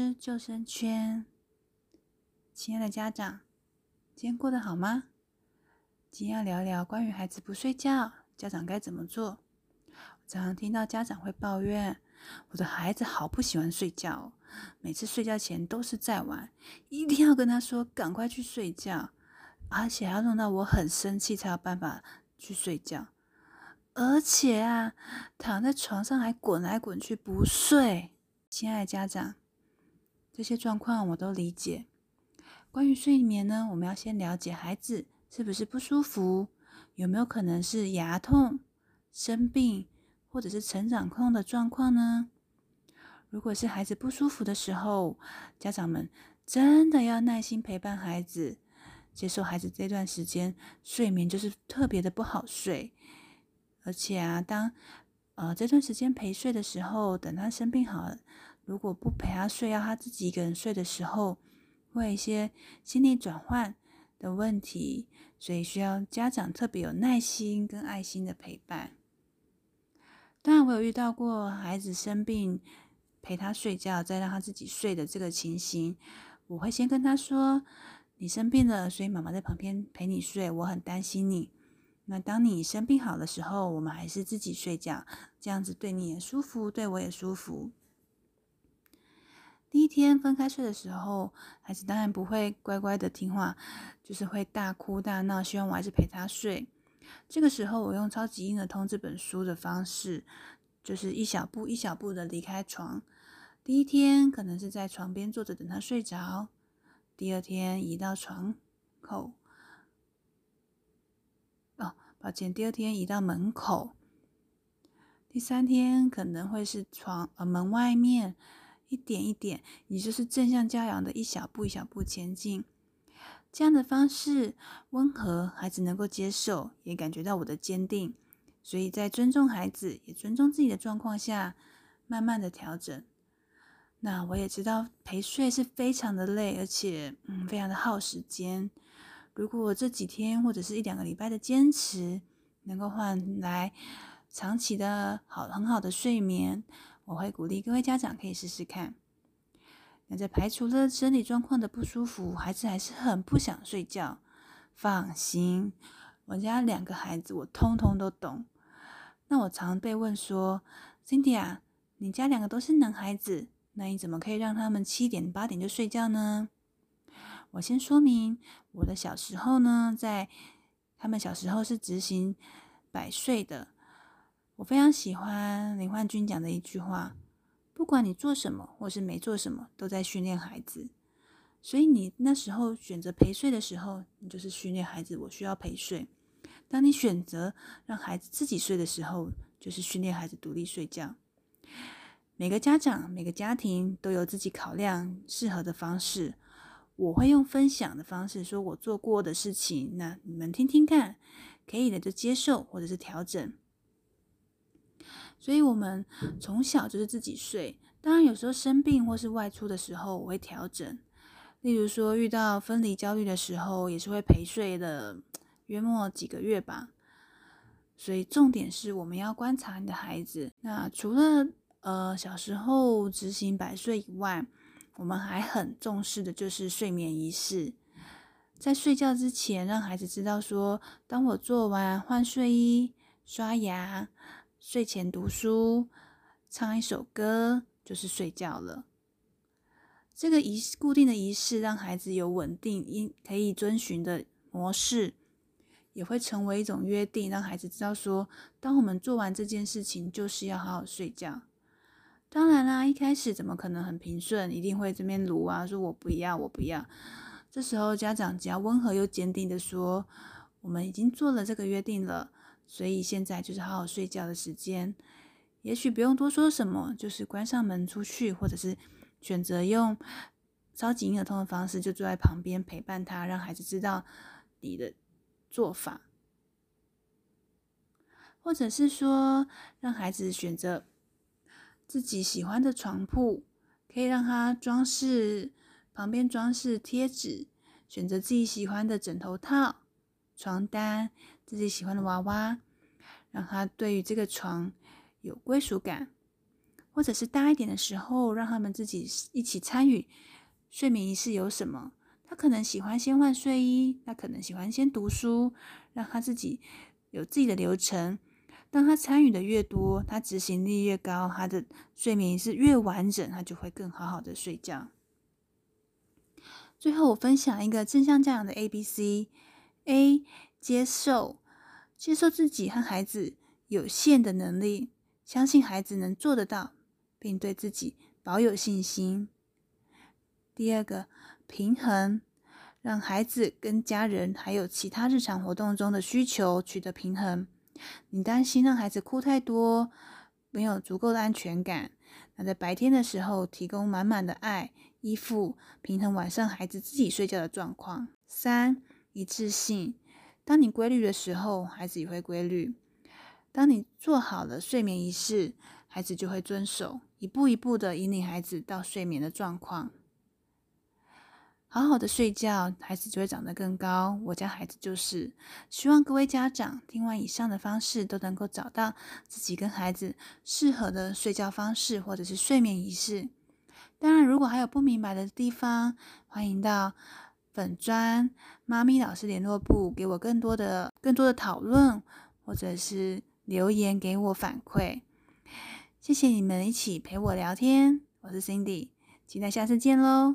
师救生圈。亲爱的家长，今天过得好吗？今天要聊聊关于孩子不睡觉，家长该怎么做。我常常听到家长会抱怨，我的孩子好不喜欢睡觉，每次睡觉前都是在玩，一定要跟他说赶快去睡觉，而且还要弄到我很生气才有办法去睡觉。而且躺在床上还滚来滚去不睡。亲爱的家长，这些状况我都理解。关于睡眠呢，我们要先了解孩子是不是不舒服，有没有可能是牙痛、生病，或者是成长痛的状况呢？如果是孩子不舒服的时候，家长们真的要耐心陪伴孩子，接受孩子这段时间睡眠就是特别的不好睡。而且当这段时间陪睡的时候，等他生病好了，如果不陪他睡，要他自己一个人睡的时候，会有一些心理转换的问题，所以需要家长特别有耐心跟爱心的陪伴。当然我有遇到过孩子生病陪他睡觉再让他自己睡的这个情形，我会先跟他说，你生病了，所以妈妈在旁边陪你睡，我很担心你。那当你生病好的时候，我们还是自己睡觉，这样子对你也舒服，对我也舒服。第一天分开睡的时候，孩子当然不会乖乖的听话，就是会大哭大闹，希望我还是陪他睡。这个时候我用《超级婴儿通》这本书的方式，就是一小步一小步的离开床。第一天可能是在床边坐着等他睡着，第二天移到床口，第二天移到门口，第三天可能会是门外面，一点一点，也就是正向教养的一小步一小步前进。这样的方式温和，孩子能够接受，也感觉到我的坚定。所以在尊重孩子，也尊重自己的状况下，慢慢的调整。那我也知道陪睡是非常的累，而且非常的耗时间。如果这几天或者是1-2个礼拜的坚持，能够换来长期的很好的睡眠，我会鼓励各位家长可以试试看。那在排除了生理状况的不舒服，孩子还是很不想睡觉。放心，我家2个孩子我通通都懂。那我常被问说 ，Cindy 你家2个都是男孩子，那你怎么可以让他们7点8点就睡觉呢？我先说明，我的小时候呢，他们小时候是执行百睡的。我非常喜欢林焕君讲的一句话，不管你做什么或是没做什么，都在训练孩子。所以你那时候选择陪睡的时候，你就是训练孩子我需要陪睡。当你选择让孩子自己睡的时候，就是训练孩子独立睡觉。每个家长每个家庭都有自己考量适合的方式，我会用分享的方式说我做过的事情，那你们听听看，可以的就接受或者是调整。所以我们从小就是自己睡，当然有时候生病或是外出的时候我会调整，例如说遇到分离焦虑的时候也是会陪睡的，约莫几个月吧。所以重点是我们要观察你的孩子。那除了小时候执行百睡以外，我们还很重视的就是睡眠仪式。在睡觉之前，让孩子知道说，当我做完换睡衣、刷牙、睡前读书、唱一首歌，就是睡觉了。这个固定的仪式，让孩子有稳定可以遵循的模式，也会成为一种约定，让孩子知道说，当我们做完这件事情，就是要好好睡觉。当然啦，一开始怎么可能很平顺，一定会这边说我不要，我不要。这时候家长只要温和又坚定的说，我们已经做了这个约定了，所以现在就是好好睡觉的时间。也许不用多说什么，就是关上门出去，或者是选择用超级婴儿通的方式，就坐在旁边陪伴他，让孩子知道你的做法。或者是说让孩子选择自己喜欢的床铺，可以让他旁边装饰贴纸，选择自己喜欢的枕头套、床单，自己喜欢的娃娃，让他对于这个床有归属感。 或者是大一点的时候，让他们自己一起参与睡眠仪式有什么。他可能喜欢先换睡衣，他可能喜欢先读书，让他自己有自己的流程。当他参与的越多，他执行力越高，他的睡眠仪式越完整，他就会更好好的睡觉。最后我分享一个正向教养的 ABC。A. 接受自己和孩子有限的能力，相信孩子能做得到，并对自己保有信心。第二个，平衡，让孩子跟家人还有其他日常活动中的需求取得平衡。你担心让孩子哭太多，没有足够的安全感，那在白天的时候提供满满的爱、依附，平衡晚上孩子自己睡觉的状况。3. 一致性，当你规律的时候，孩子也会规律。当你做好了睡眠仪式，孩子就会遵守，一步一步的引领孩子到睡眠的状况。好好的睡觉，孩子就会长得更高。我家孩子就是。希望各位家长听完以上的方式，都能够找到自己跟孩子适合的睡觉方式，或者是睡眠仪式。当然，如果还有不明白的地方，欢迎到粉专妈咪老师联络部给我更多的讨论，或者是留言给我反馈。谢谢你们一起陪我聊天，我是 Cindy，期待下次见咯。